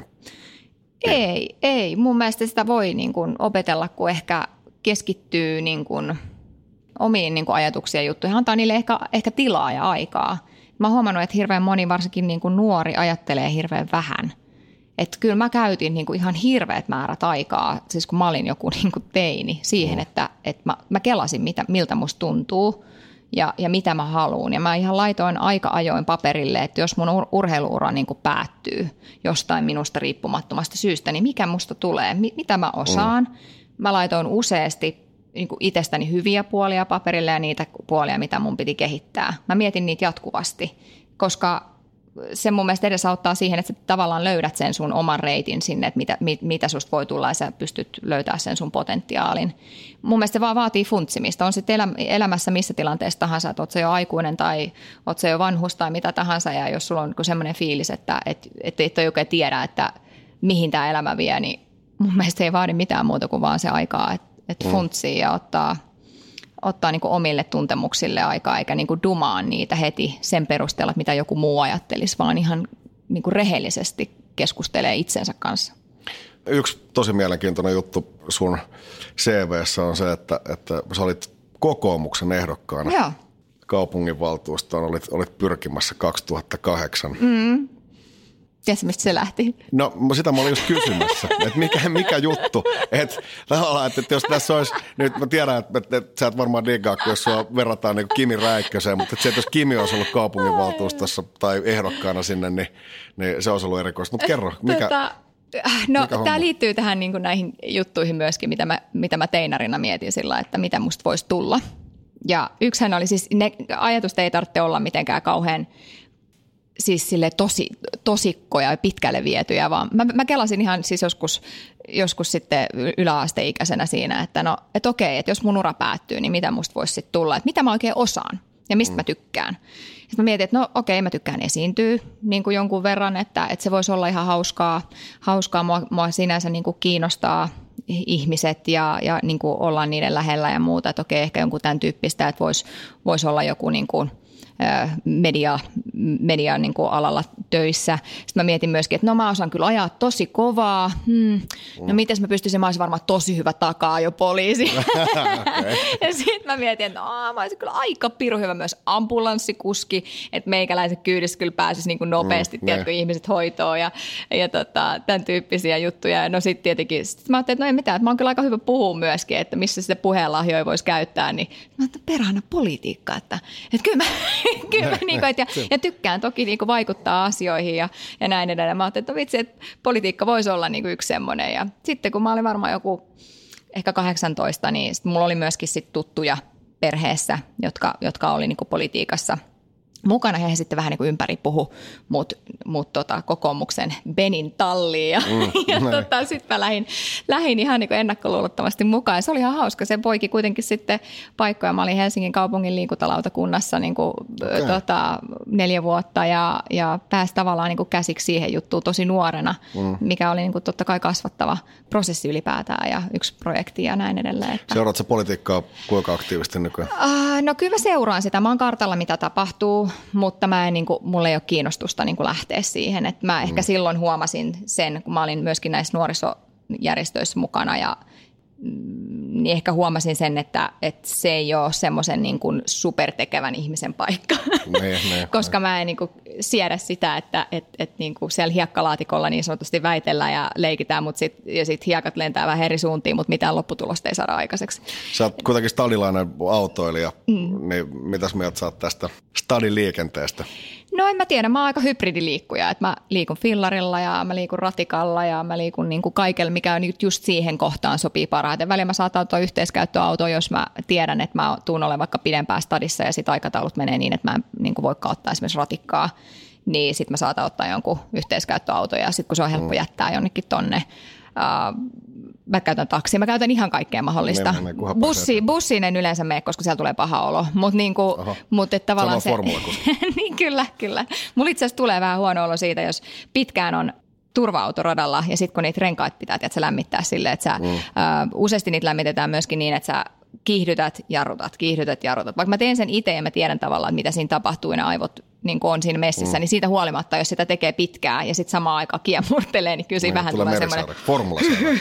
C: Ei. Mun mielestä sitä voi niin kuin opetella, kun ehkä keskittyy niin kuin omiin niin kuin ajatuksia ja juttuja. Antaa niille ehkä tilaa ja aikaa. Mä oon huomannut, että hirveän moni, varsinkin niin kuin nuori, ajattelee hirveän vähän. Että kyllä mä käytin niin kuin ihan hirveät määrät aikaa, siis kun mä olin joku niin kuin teini, siihen, että mä kelasin, miltä musta tuntuu ja mitä mä haluun. Ja mä ihan laitoin aika ajoin paperille, että jos mun urheiluura niin kuin päättyy jostain minusta riippumattomasta syystä, niin mikä musta tulee, mitä mä osaan. Mä laitoin useasti niin kuin itsestäni hyviä puolia paperille ja niitä puolia, mitä mun piti kehittää. Mä mietin niitä jatkuvasti, koska se mun mielestä edesauttaa siihen, että sä tavallaan löydät sen sun oman reitin sinne, että mitä susta voi tulla ja sä pystyt löytämään sen sun potentiaalin. Mun mielestä se vaan vaatii funtsimista. On sitten elämässä missä tilanteessa tahansa, että oot sä jo aikuinen tai oot sä jo vanhus tai mitä tahansa. Ja jos sulla on semmoinen fiilis, että et oikein tiedä, että mihin tämä elämä vie, niin mun mielestä ei vaadi mitään muuta kuin vaan se aikaa, että funtsii ja ottaa niin kuin omille tuntemuksille aikaa, eikä niin kuin dumaa niitä heti sen perusteella, mitä joku muu ajattelisi, vaan ihan niin kuin rehellisesti keskustelee itsensä kanssa. Yksi tosi mielenkiintoinen juttu sun CV:ssä on se, että sä olit kokoomuksen ehdokkaana kaupunginvaltuustoon, olit pyrkimässä 2008.
D: Tiedätkö, mistä se lähti?
C: No sitä mä olin just kysymässä, että mikä juttu, että tavallaan, että jos tässä olisi, nyt mä tiedän, että sä et varmaan diggaa, jos sua verrataan niin kuin Kimi Räikköseen, mutta että jos Kimi olisi ollut kaupunginvaltuustossa tai ehdokkaana sinne, niin se olisi ollut erikoista. Mutta kerro, mikä
D: tämä liittyy tähän niin kuin näihin juttuihin myöskin, mitä mä teinarina mietin sillä, että mitä musta voisi tulla. Ja yksihän oli siis, ajatusta ei tarvitse olla mitenkään kauhean siis sille tosikkoja ja pitkälle vietyjä, vaan mä kelasin ihan siis joskus sitten yläasteikäisenä siinä, että no, että okei, että jos mun ura päättyy, niin mitä musta voisi sitten tulla, että mitä mä oikein osaan ja mistä mä tykkään. Sitten mä mietin, että no okei, mä tykkään esiintyä niin kuin jonkun verran, että se voisi olla ihan hauskaa. Mua sinänsä niin kuin kiinnostaa ihmiset ja niin kuin olla niiden lähellä ja muuta, että okei, ehkä jonkun tämän tyyppistä, että voisi olla joku niin kuin media niin kuin alalla töissä. Sitten mä mietin myöskin, että no mä osaan kyllä ajaa tosi kovaa. No mites mä pystyisin, mä olisin varmaan tosi hyvä takaa jo poliisi. Ja sitten mä mietin, että mä olisin kyllä aika pirun hyvä myös ambulanssikuski, että meikäläisen kyydissä kyllä pääsisi niin kuin nopeasti, tiedätkö, ihmiset hoitoon ja tämän tyyppisiä juttuja. No sitten tietenkin, mä ajattelin, että no ei mitään, että mä oon kyllä aika hyvä puhua myöskin, että missä sitä puheenlahjoja voisi käyttää, niin mä ajattelin, perhana politiikka, että kyllä ja tykkään toki niin kuin vaikuttaa asioihin ja näin edelleen. Mä ajattelin, että vitsi, että politiikka voisi olla niin kuin yksi semmoinen. Ja sitten kun mä olin varmaan joku ehkä 18, niin mulla oli myöskin sit tuttuja perheessä, jotka oli niin kuin politiikassa mukana. Ja he sitten vähän niin kuin ympäri puhu mut kokoomuksen Benin talliin. Ja sitten mä lähdin ihan niin kuin ennakkoluulottomasti mukaan. Ja se oli ihan hauska. Se poiki kuitenkin sitten paikkoja. Mä olin Helsingin kaupungin liikuntalautakunnassa niin kuin, 4 vuotta ja pääsi tavallaan niin kuin käsiksi siihen juttuun tosi nuorena, mikä oli niin kuin totta kai kasvattava prosessi ylipäätään ja yksi projekti ja näin edelleen. Että...
C: Seuraatko politiikkaa kuinka aktiivisesti nykyään?
D: No kyllä mä seuraan sitä. Mä oon kartalla, mitä tapahtuu, mutta mulla ei ole kiinnostusta niin kuin lähteä siihen. Että mä ehkä silloin huomasin sen, kun mä olin myöskin näissä nuorisojärjestöissä mukana ja niin ehkä huomasin sen, että se ei ole semmoisen niin kuin supertekevän ihmisen paikka, koska mä en niin kuin siedä sitä, että niin kuin siellä hiekkalaatikolla niin sanotusti väitellään ja leikitään, mutta sitten hiekat lentää vähän eri suuntiin, mutta mitään lopputulosta ei saada aikaiseksi.
C: Sä oot kuitenkin stadilainen autoilija, niin mitäs mieltä sä oot tästä stadiliikenteestä?
D: No en mä tiedä, mä oon aika hybridiliikkuja, että mä liikun fillarilla ja mä liikun ratikalla ja mä liikun niin kuin kaikella, mikä nyt just siihen kohtaan sopii parhaiten. Välillä mä saatan ottaa yhteiskäyttöautoa, jos mä tiedän, että mä tuun olemaan vaikka pidempään stadissa ja sit aikataulut menee niin, että mä en niin kuin voikaan ottaa esimerkiksi ratikkaa, niin sit mä saatan ottaa jonkun yhteiskäyttöauto ja sit kun se on helppo jättää jonnekin tonne. Mä käytän taksia, mä käytän ihan kaikkea mahdollista. Bussiin en yleensä mene, koska siellä tulee paha olo. Mutta tavallaan se... niin kyllä. Mulla itse asiassa tulee vähän huono olo siitä, jos pitkään on turva-autoradalla ja sitten kun niitä renkaat pitää lämmittää silleen, että useasti niitä lämmitetään myöskin niin, että sä kiihdytät, jarrutat. Vaikka mä teen sen itse ja mä tiedän tavallaan, mitä siinä tapahtuu ja ne aivot niin on siinä messissä, niin siitä huolimatta, jos sitä tekee pitkään ja sitten samaan aikaan kiemurtelee, niin kyllä siinä vähän tulee semmoinen...
C: Formula-saari.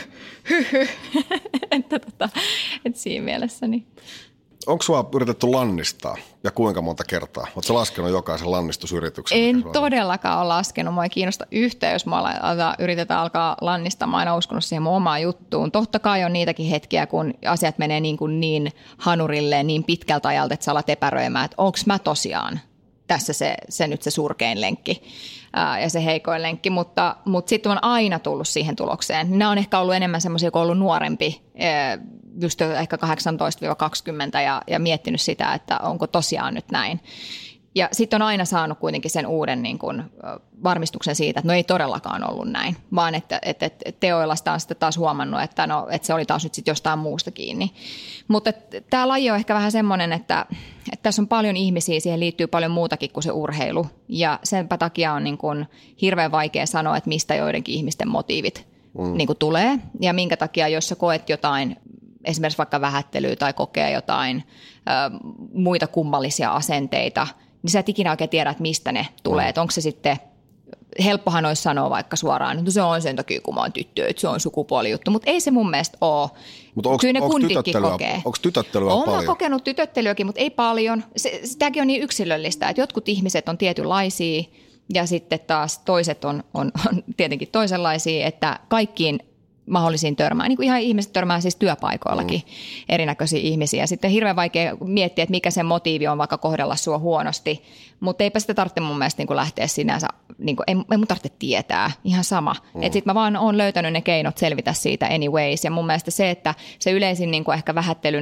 D: että siinä mielessä niin...
C: Onko sua yritetty lannistaa ja kuinka monta kertaa? Oletko sä laskenut jokaisen lannistusyrityksen?
D: En todellakaan ole laskenut. Mua ei kiinnosta yhtään, jos yritetään alkaa lannistaa. Mä oon aina uskonut siihen mun omaan juttuun. Totta kai on niitäkin hetkiä, kun asiat menee niin hanurille niin pitkältä ajalta, että sä alat epäröimään, että onko mä tosiaan tässä se nyt se surkein lenkki ja se heikoin lenkki, mutta sitten on aina tullut siihen tulokseen. Nämä on ehkä ollut enemmän semmoisia, kun on ollut nuorempi, just ehkä 18-20 ja miettinyt sitä, että onko tosiaan nyt näin. Ja sitten on aina saanut kuitenkin sen uuden niin kun, varmistuksen siitä, että no ei todellakaan ollut näin, vaan että teoilla sitä on sitten taas huomannut, että se oli taas nyt sitten jostain muusta kiinni. Mutta tämä laji on ehkä vähän semmoinen, että tässä on paljon ihmisiä, siihen liittyy paljon muutakin kuin se urheilu. Ja senpä takia on niin kun hirveän vaikea sanoa, että mistä joidenkin ihmisten motiivit niin kun tulee. Ja minkä takia, jos sä koet jotain, esimerkiksi vaikka vähättelyä tai kokee jotain muita kummallisia asenteita, niin sä et ikinä oikein tiedä, että mistä ne tulee. Että onko se sitten, helppohan olisi sanoa vaikka suoraan, että se on sen takia, kun mä oon tyttö, että se on sukupuolijuttu. Mutta ei se mun mielestä ole. Kyllä ne kundikin kokee.
C: Onko tytöttelyä paljon?
D: Olen kokenut tytöttelyäkin, mutta ei paljon. Sitäkin on niin yksilöllistä, että jotkut ihmiset on tietynlaisia ja sitten taas toiset on tietenkin toisenlaisia, että kaikkiin mahdollisiin törmää. Niin kuin ihan ihmiset törmää siis työpaikoillakin erinäköisiä ihmisiä. Sitten hirveän vaikea miettiä, että mikä se motiivi on vaikka kohdella sua huonosti, mutta eipä sitä tarvitse mun mielestä niin kuin lähteä sinänsä, niin kuin, ei mun tarvitse tietää, ihan sama. Että sitten mä vaan oon löytänyt ne keinot selvitä siitä anyways ja mun mielestä se, että se yleisin niin kuin ehkä vähättelyn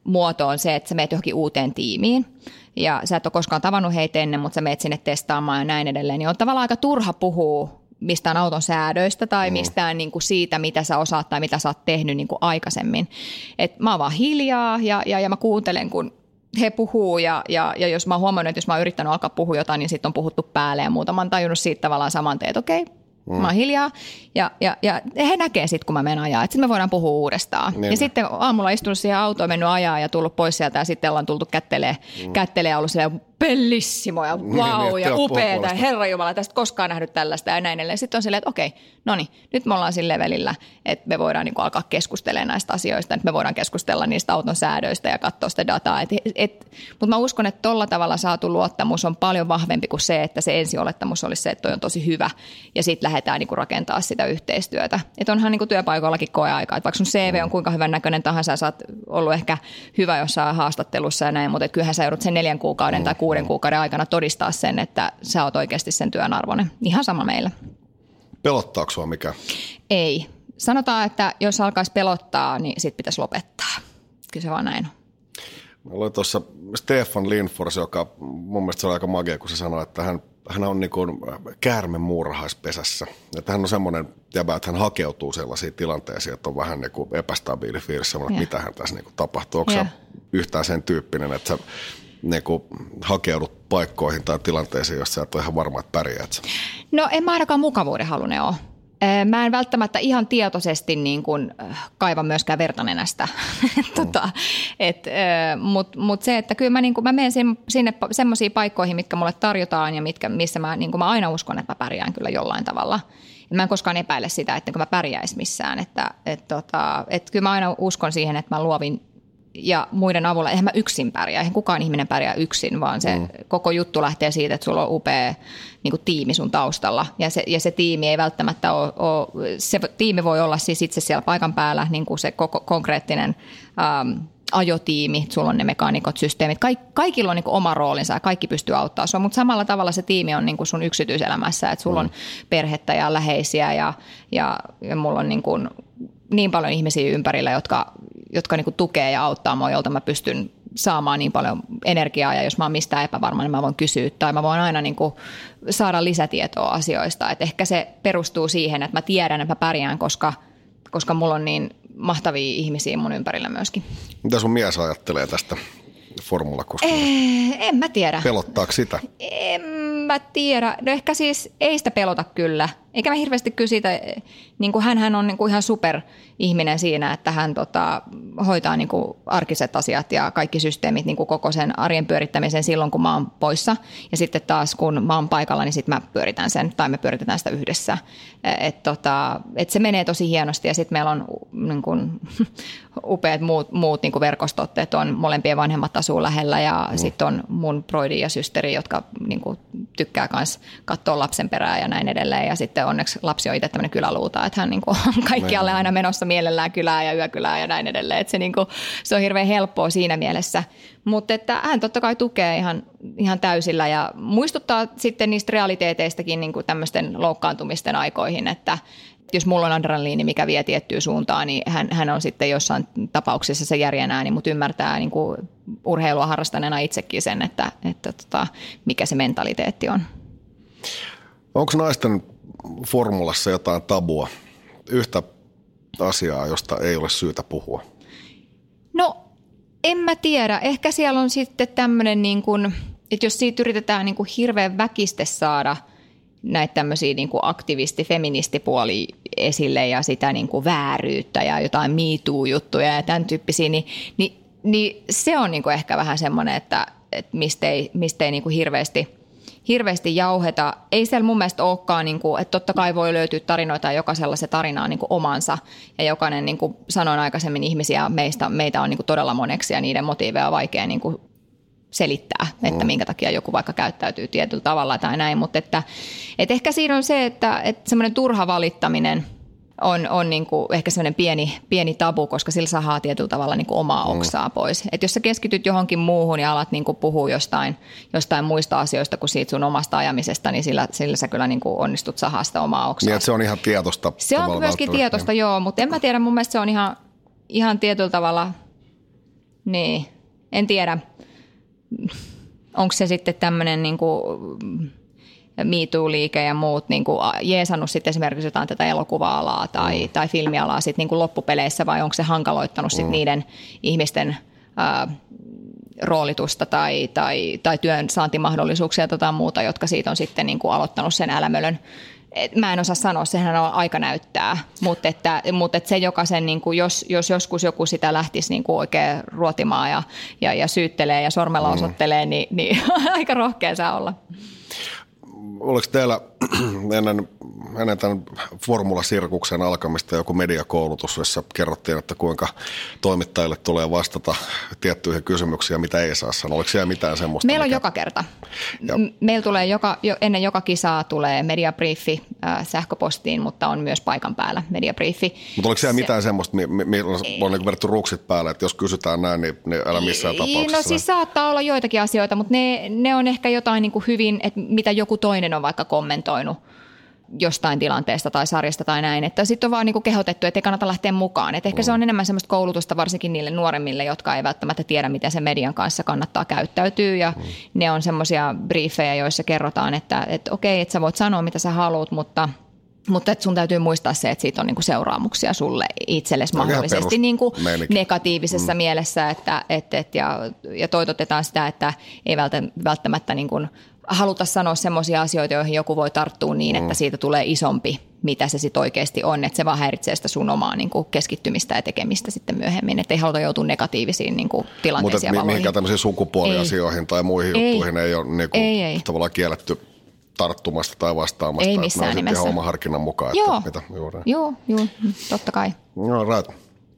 D: muoto on se, että sä meet johonkin uuteen tiimiin ja sä et ole koskaan tavannut heitä ennen, mutta sä meet sinne testaamaan ja näin edelleen, niin on tavallaan aika turha puhua mistään auton säädöistä tai mistään niin kuin siitä, mitä sä osaat tai mitä sä oot tehnyt niin kuin aikaisemmin. Et mä oon vaan hiljaa ja mä kuuntelen, kun he puhuu ja jos mä oon huomannut, että jos mä oon yrittänyt alkaa puhua jotain, niin sitten on puhuttu päälle ja muuta. Mä oon tajunnut siitä tavallaan saman teet, okei. Mä oon hiljaa ja he näkee sitten, kun mä menen ajaa, että sitten me voidaan puhua uudestaan. Niin. Ja sitten aamulla istunut siihen autoon, mennyt ajaa ja tullut pois sieltä ja sitten ollaan tultu kättelee ja ollut silleen bellissimo ja vau ja upeeta ja herranjumala, tästä koskaan nähnyt tällaista ja näin edelleen. Sitten on silleen, että okei, no niin, nyt me ollaan sillä levelillä, että me voidaan niinku alkaa keskustelemaan näistä asioista, että me voidaan keskustella niistä auton säädöistä ja katsoa sitä dataa. Mutta mä uskon, että tolla tavalla saatu luottamus on paljon vahvempi kuin se, että se ensiolettamus olisi se, että toi on tosi hyvä ja sitten lähdetään niinku rakentaa sitä yhteistyötä. Että onhan niinku työpaikoillakin koeaika, että vaikka sun CV on kuinka hyvän näköinen tahansa, sä oot ollut ehkä hyvä jossain haastattelussa ja näin, mutta kyllähän sä joudut sen 4 kuukauden tai 6 kuukauden aikana todistaa sen, että sä oot oikeasti sen työn arvoinen. Ihan sama meillä.
C: Pelottaako sua mikä?
D: Ei. Sanotaan, että jos alkaisi pelottaa, niin sit pitäisi lopettaa. Kyllä se vaan näin on.
C: Meillä oli tuossa Stefan Lindfors, joka mun mielestä se oli aika magia, kun se sanoi, että hän on niin kuin käärme muurahaispesässä. Että hän on semmoinen jäbä, että hän hakeutuu sellaisiin tilanteisiin, että on vähän niin kuin epästabiili fiilis, semmoinen, että mitähän tässä niin kuin tapahtuu. Onko sä yhtään sen tyyppinen, että sä niin kuin hakeudut paikkoihin tai tilanteisiin, joissa sä et ole ihan varma, että pärjäät sä? No
D: en mä ainakaan mukavuuden halunen ole. Mä en välttämättä ihan tietoisesti niin kuin kaiva myöskään vertanenästä, mutta se, että kyllä mä menen sinne semmoisiin paikkoihin, mitkä mulle tarjotaan ja missä mä aina uskon, että mä pärjään kyllä jollain tavalla. Mä en koskaan epäile sitä, että mä pärjäis missään, että kyllä mä aina uskon siihen, että mä luovin ja muiden avulla. Eihän mä yksin pärjää, eihän kukaan ihminen pärjää yksin, vaan se koko juttu lähtee siitä, että sulla on upea niin kuin tiimi sun taustalla. Ja se tiimi ei välttämättä ole, se tiimi voi olla siis itse siellä paikan päällä, niin kuin se koko konkreettinen ajotiimi, sulla on ne mekaanikot, systeemit, kaikilla on niin kuin oma roolinsa ja kaikki pystyy auttamaan sua, mutta samalla tavalla se tiimi on niin kuin sun yksityiselämässä, että sulla on perhettä ja läheisiä ja mulla on niin paljon ihmisiä ympärillä, jotka niin kuin tukee ja auttaa mua, jolta mä pystyn saamaan niin paljon energiaa ja jos mä oon mistään epävarma, niin mä voin kysyä tai mä voin aina niin kuin saada lisätietoa asioista. Et ehkä se perustuu siihen, että mä tiedän, että mä pärjään, koska mulla on niin mahtavia ihmisiä mun ympärillä myöskin. Mitä sun mies ajattelee tästä formulakuskista? En mä tiedä. Pelottaako sitä? En mä tiedä. No ehkä siis ei sitä pelota kyllä. Eikä mä hirveästi kyllä siitä, niin kuin hänhän on niin kuin ihan superihminen siinä, että hän hoitaa niin kuin arkiset asiat ja kaikki systeemit, niin kuin koko sen arjen pyörittämisen silloin, kun mä oon poissa. Ja sitten taas, kun mä oon paikalla, niin sitten mä pyöritän sen tai me pyöritetään sitä yhdessä. Et se menee tosi hienosti ja sitten meillä on niin kuin, upeat muut niin kuin verkostot, että on molempien vanhemmat asuu lähellä ja sitten on mun broidi ja systeri, jotka niin kuin, tykkää myös katsoa lapsen perää ja näin edelleen. Ja sitten onneksi lapsi on itse tämmöinen kyläluuta, että hän niin kuin, on kaikkialle aina menossa mielellään kylää ja yökylää ja näin edelleen. Että se on hirveän helppoa siinä mielessä. Mutta että hän totta kai tukee ihan täysillä ja muistuttaa sitten niistä realiteeteistakin niin kuin tämmöisten loukkaantumisten aikoihin, että jos mulla on adrenaliini, mikä vie tiettyyn suuntaan, niin hän on sitten jossain tapauksessa se järjen ääni, mutta ymmärtää niin kuin urheilua harrastaneena itsekin sen, että mikä se mentaliteetti on. Onko naisten formulassa jotain tabua, yhtä asiaa, josta ei ole syytä puhua? No en mä tiedä. Ehkä siellä on sitten tämmöinen, niin kuin, että jos siitä yritetään niin kuin hirveän väkiste saada näitä tämmöisiä niin kuin aktivisti-feministipuolia esille ja sitä niin kuin vääryyttä ja jotain Me Too-juttuja ja tämän tyyppisiä, niin se on niin kuin ehkä vähän semmoinen, että mistä ei niin kuin hirveästi jauheta. Ei siellä mun mielestä olekaan, niin kuin, että totta kai voi löytyä tarinoita ja jokaisella se tarina on niin kuin omansa. Ja jokainen, niin kuin sanoin aikaisemmin, ihmisiä meitä on niin kuin todella moneksi ja niiden motiiveja on vaikea niin kuin selittää, että minkä takia joku vaikka käyttäytyy tietyllä tavalla tai näin. Mutta että ehkä siinä on se, että semmoinen turha valittaminen on niin kuin ehkä semmoinen pieni tabu, koska sillä saadaan tietyllä tavalla niin kuin omaa oksaa pois. Että jos sä keskityt johonkin muuhun ja alat niin kuin puhua jostain muista asioista kuin siitä sun omasta ajamisesta, niin sillä sä kyllä niin kuin onnistut sahaa sitä omaa oksaa. Niin, että se on ihan tietoista. Se on myöskin tietoista, joo, mutta en mä tiedä, mun mielestä se on ihan tietyllä tavalla Niin, en tiedä. Onko se sitten tämmöinen niinku Me Too-liike ja muut niinku jeesannut sitten esimerkiksi jotain tätä elokuva-alaa tai filmialaa sitten niinku loppupeleissä, vai onko se hankaloittanut sitten niiden ihmisten roolitusta tai työn saantimahdollisuuksia tai muuta, jotka siitä on sitten niinku aloittanut sen älämölön. Mä en osaa sanoa, sehän on aika näyttää, mutta se jokaisen, niin kuin jos joskus joku sitä lähtisi niin kuin oikein ruotimaan ja syyttelee ja sormella osoittelee, niin aika rohkea saa olla.
C: Oliko teillä ennen tämän formulasirkuksen alkamista joku mediakoulutus, jossa kerrottiin, että kuinka toimittajille tulee vastata tiettyihin kysymyksiin, mitä ei saa sanoa? Oliko siellä mitään semmoista?
D: Meillä on joka kerta. Meillä tulee ennen joka kisaa tulee mediabriefi sähköpostiin, mutta on myös paikan päällä mediabriefi. Mutta
C: oliko siellä mitään semmoista, millä on niin verrattu ruksit päälle, että jos kysytään näin, niin älä missään tapauksessa?
D: No siis saattaa olla joitakin asioita, mutta ne on ehkä jotain niin kuin hyvin, että mitä joku toinen on vaikka kommentoinut jostain tilanteesta tai sarjasta tai näin, että sitten on vaan niinku kehotettu, että ei kannata lähteä mukaan. Et ehkä se on enemmän semmoista koulutusta varsinkin niille nuoremmille, jotka ei välttämättä tiedä, miten se median kanssa kannattaa käyttäytyä, ja ne on semmoisia briefejä, joissa kerrotaan, että okei, että sä voit sanoa, mitä sä haluat, mutta että sun täytyy muistaa se, että siitä on niinku seuraamuksia sulle itsellesi mahdollisesti niinku negatiivisessa mielessä, ja toitotetaan sitä, että ei välttämättä niinku haluta sanoa semmoisia asioita, joihin joku voi tarttua niin, että siitä tulee isompi, mitä se sitten oikeasti on, että se vaan häiritsee sitä sun omaa niinku keskittymistä ja tekemistä sitten myöhemmin, että ei haluta joutua negatiivisiin niinku tilanteisiin ja valoihin. Mutta mihinkään tämmöisiin
C: sukupuoliasioihin tai muihin juttuihin ei ole niinku tavallaan kielletty tarttumasta tai vastaamasta.
D: Ei missään nimessä.
C: Ihan oman harkinnan mukaan.
D: Joo, totta kai.
C: No, right.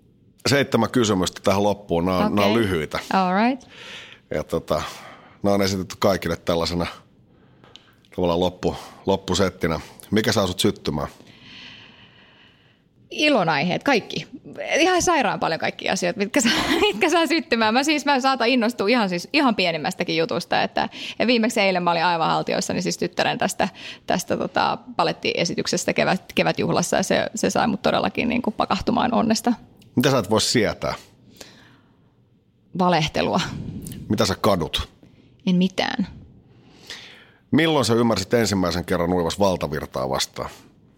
C: 7 kysymystä tähän loppuun. Nämä on lyhyitä.
D: All right.
C: Ja nämä on esitetty kaikille tällaisena tavallaan loppusettinä. Mikä saa sut syttymään?
D: Ilonaiheet, kaikki. Ihan sairaan paljon kaikkia asioita, mitkä saa syttymään. Mä saatan innostua ihan pienimmästäkin jutusta. Ja viimeksi eilen mä olin aivan haltioissani siis tyttären tästä palettiesityksestä kevätjuhlassa, ja se sai mut todellakin niin kuin pakahtumaan onnesta.
C: Mitä sä et voi sietää?
D: Valehtelua.
C: Mitä sä kadut?
D: En mitään.
C: Milloin sä ymmärsit ensimmäisen kerran uivas valtavirtaa vastaan?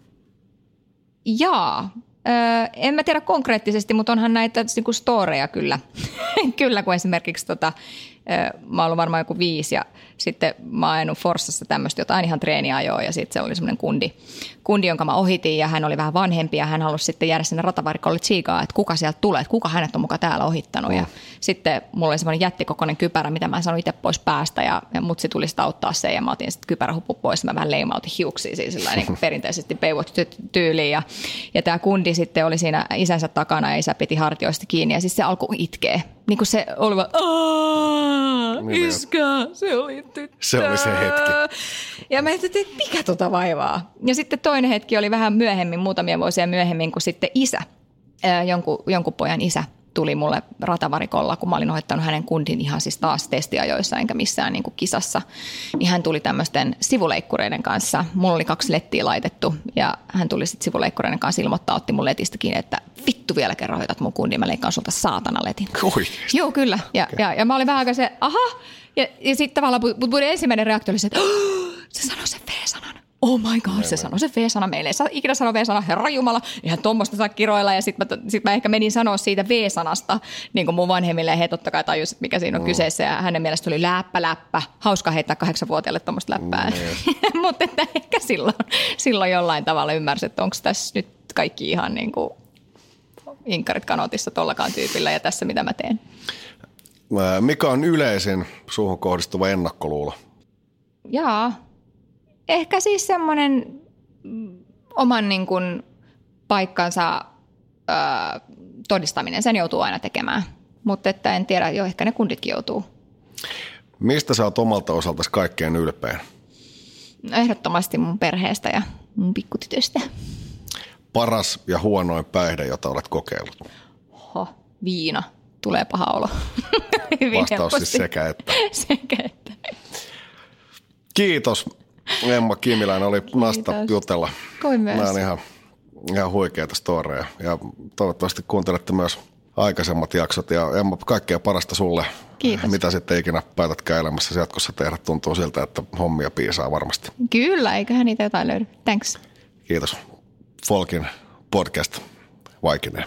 D: En mä tiedä konkreettisesti, mutta onhan näitä niinku storeja kyllä. Kyllä, kun esimerkiksi mä oon ollut varmaan joku 5 ja sitten mä oon ajanut Forssassa tämmöistä jotain ihan treeniajoa, ja sitten se oli semmoinen kundi, jonka mä ohitin, ja hän oli vähän vanhempi ja hän halusi sitten jäädä sinne ratavarikolle tsiikaa, että kuka sieltä tulee, että kuka hänet on muka täällä ohittanut. Ja sitten mulla oli semmoinen jättikokoinen kypärä, mitä mä en saanut itse pois päästä, ja mutsi tuli sitä auttaa sen, ja mä otin sitten kypärähuppu pois, ja mä vähän leimautin hiuksia sillä niin kuin perinteisesti Baywatch-tyyliin, ja tämä kundi sitten oli siinä isänsä takana, ja isä piti hartioista kiinni, ja siis se alkoi itkeä. Niin kuin se oli vaan, iskä, se oli tyttö.
C: Se oli se hetki.
D: Ja mä ajattelin, että mikä vaivaa. Ja sitten toinen hetki oli vähän myöhemmin, muutamia vuosia myöhemmin, kun sitten isä, jonkun pojan isä, tuli mulle ratavarikolla, kun mä olin ohittanut hänen kundin ihan siis taas testiajoissa enkä missään niin kuin kisassa. Niin hän tuli tämmöisten sivuleikkureiden kanssa. Mulla oli 2 lettiä laitettu ja hän tuli sitten sivuleikkureiden kanssa ilmoittaa, otti mun letistäkin, että vittu vielä kerran hoitat mun kundin, mä leikkaan sulta saatana letin.
C: Oikeasti?
D: Joo, kyllä. Ja mä olin vähän aikaa se, aha. Ja sitten tavallaan mun ensimmäinen reaktio oli se, että se sanoi sen V-sanan. Oh my god, se sanoi se V-sana. Meille ei saa ikinä sanoa V-sana, herra jumala, eihän tuommoista saa kiroilla. Ja sitten mä ehkä menin sanoa siitä V-sanasta niin kuin mun vanhemmille, ja he totta kai tajusivat, mikä siinä on kyseessä. Ja hänen mielestä oli läppä. Hauska heittää 8-vuotiaalle tuommoista läppää. Mutta että ehkä silloin jollain tavalla ymmärsi, että onko tässä nyt kaikki ihan niin kuin inkkarit kanotissa tollakaan tyypillä ja tässä mitä mä teen.
C: Mikä on yleisin suuhun kohdistuva ennakkoluulo?
D: Ehkä siis semmoinen oman niin kuin paikkansa todistaminen, sen joutuu aina tekemään. Mutta että en tiedä, ehkä ne kunditkin joutuu.
C: Mistä sä oot omalta osaltasi kaikkein ylpeä?
D: No, ehdottomasti mun perheestä ja mun pikkutytöstä.
C: Paras ja huonoin päihde, jota olet kokeillut?
D: Viina. Tulee paha olo.
C: Vastaus siis sekä että.
D: Sekä että.
C: Kiitos. Emma Kimiläinen, oli nasta jutella.
D: Koin myös.
C: Nämä on ihan huikeita storeja. Ja toivottavasti kuuntelette myös aikaisemmat jaksot. Ja Emma, kaikkea parasta sulle.
D: Kiitos.
C: Mitä sitten ikinä päätätkään elämässä jatkossa tehdä, tuntuu siltä, että hommia piisaa varmasti.
D: Kyllä, eiköhän niitä jotain löydy. Thanks.
C: Kiitos. Folkin podcast vaikineen.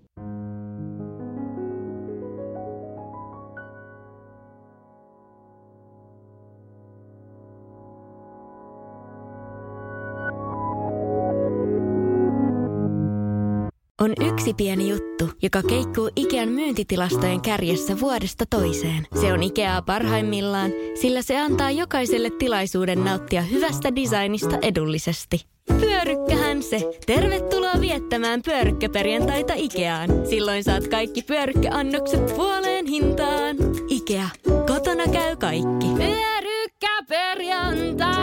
A: On yksi pieni juttu, joka keikkuu Ikean myyntitilastojen kärjessä vuodesta toiseen. Se on Ikeaa parhaimmillaan, sillä se antaa jokaiselle tilaisuuden nauttia hyvästä designista edullisesti. Pyörykkähän se! Tervetuloa viettämään pyörykkäperjantaita Ikeaan. Silloin saat kaikki pyörykkäannokset puoleen hintaan. Ikea. Kotona käy kaikki. Pyörykkäperjantai!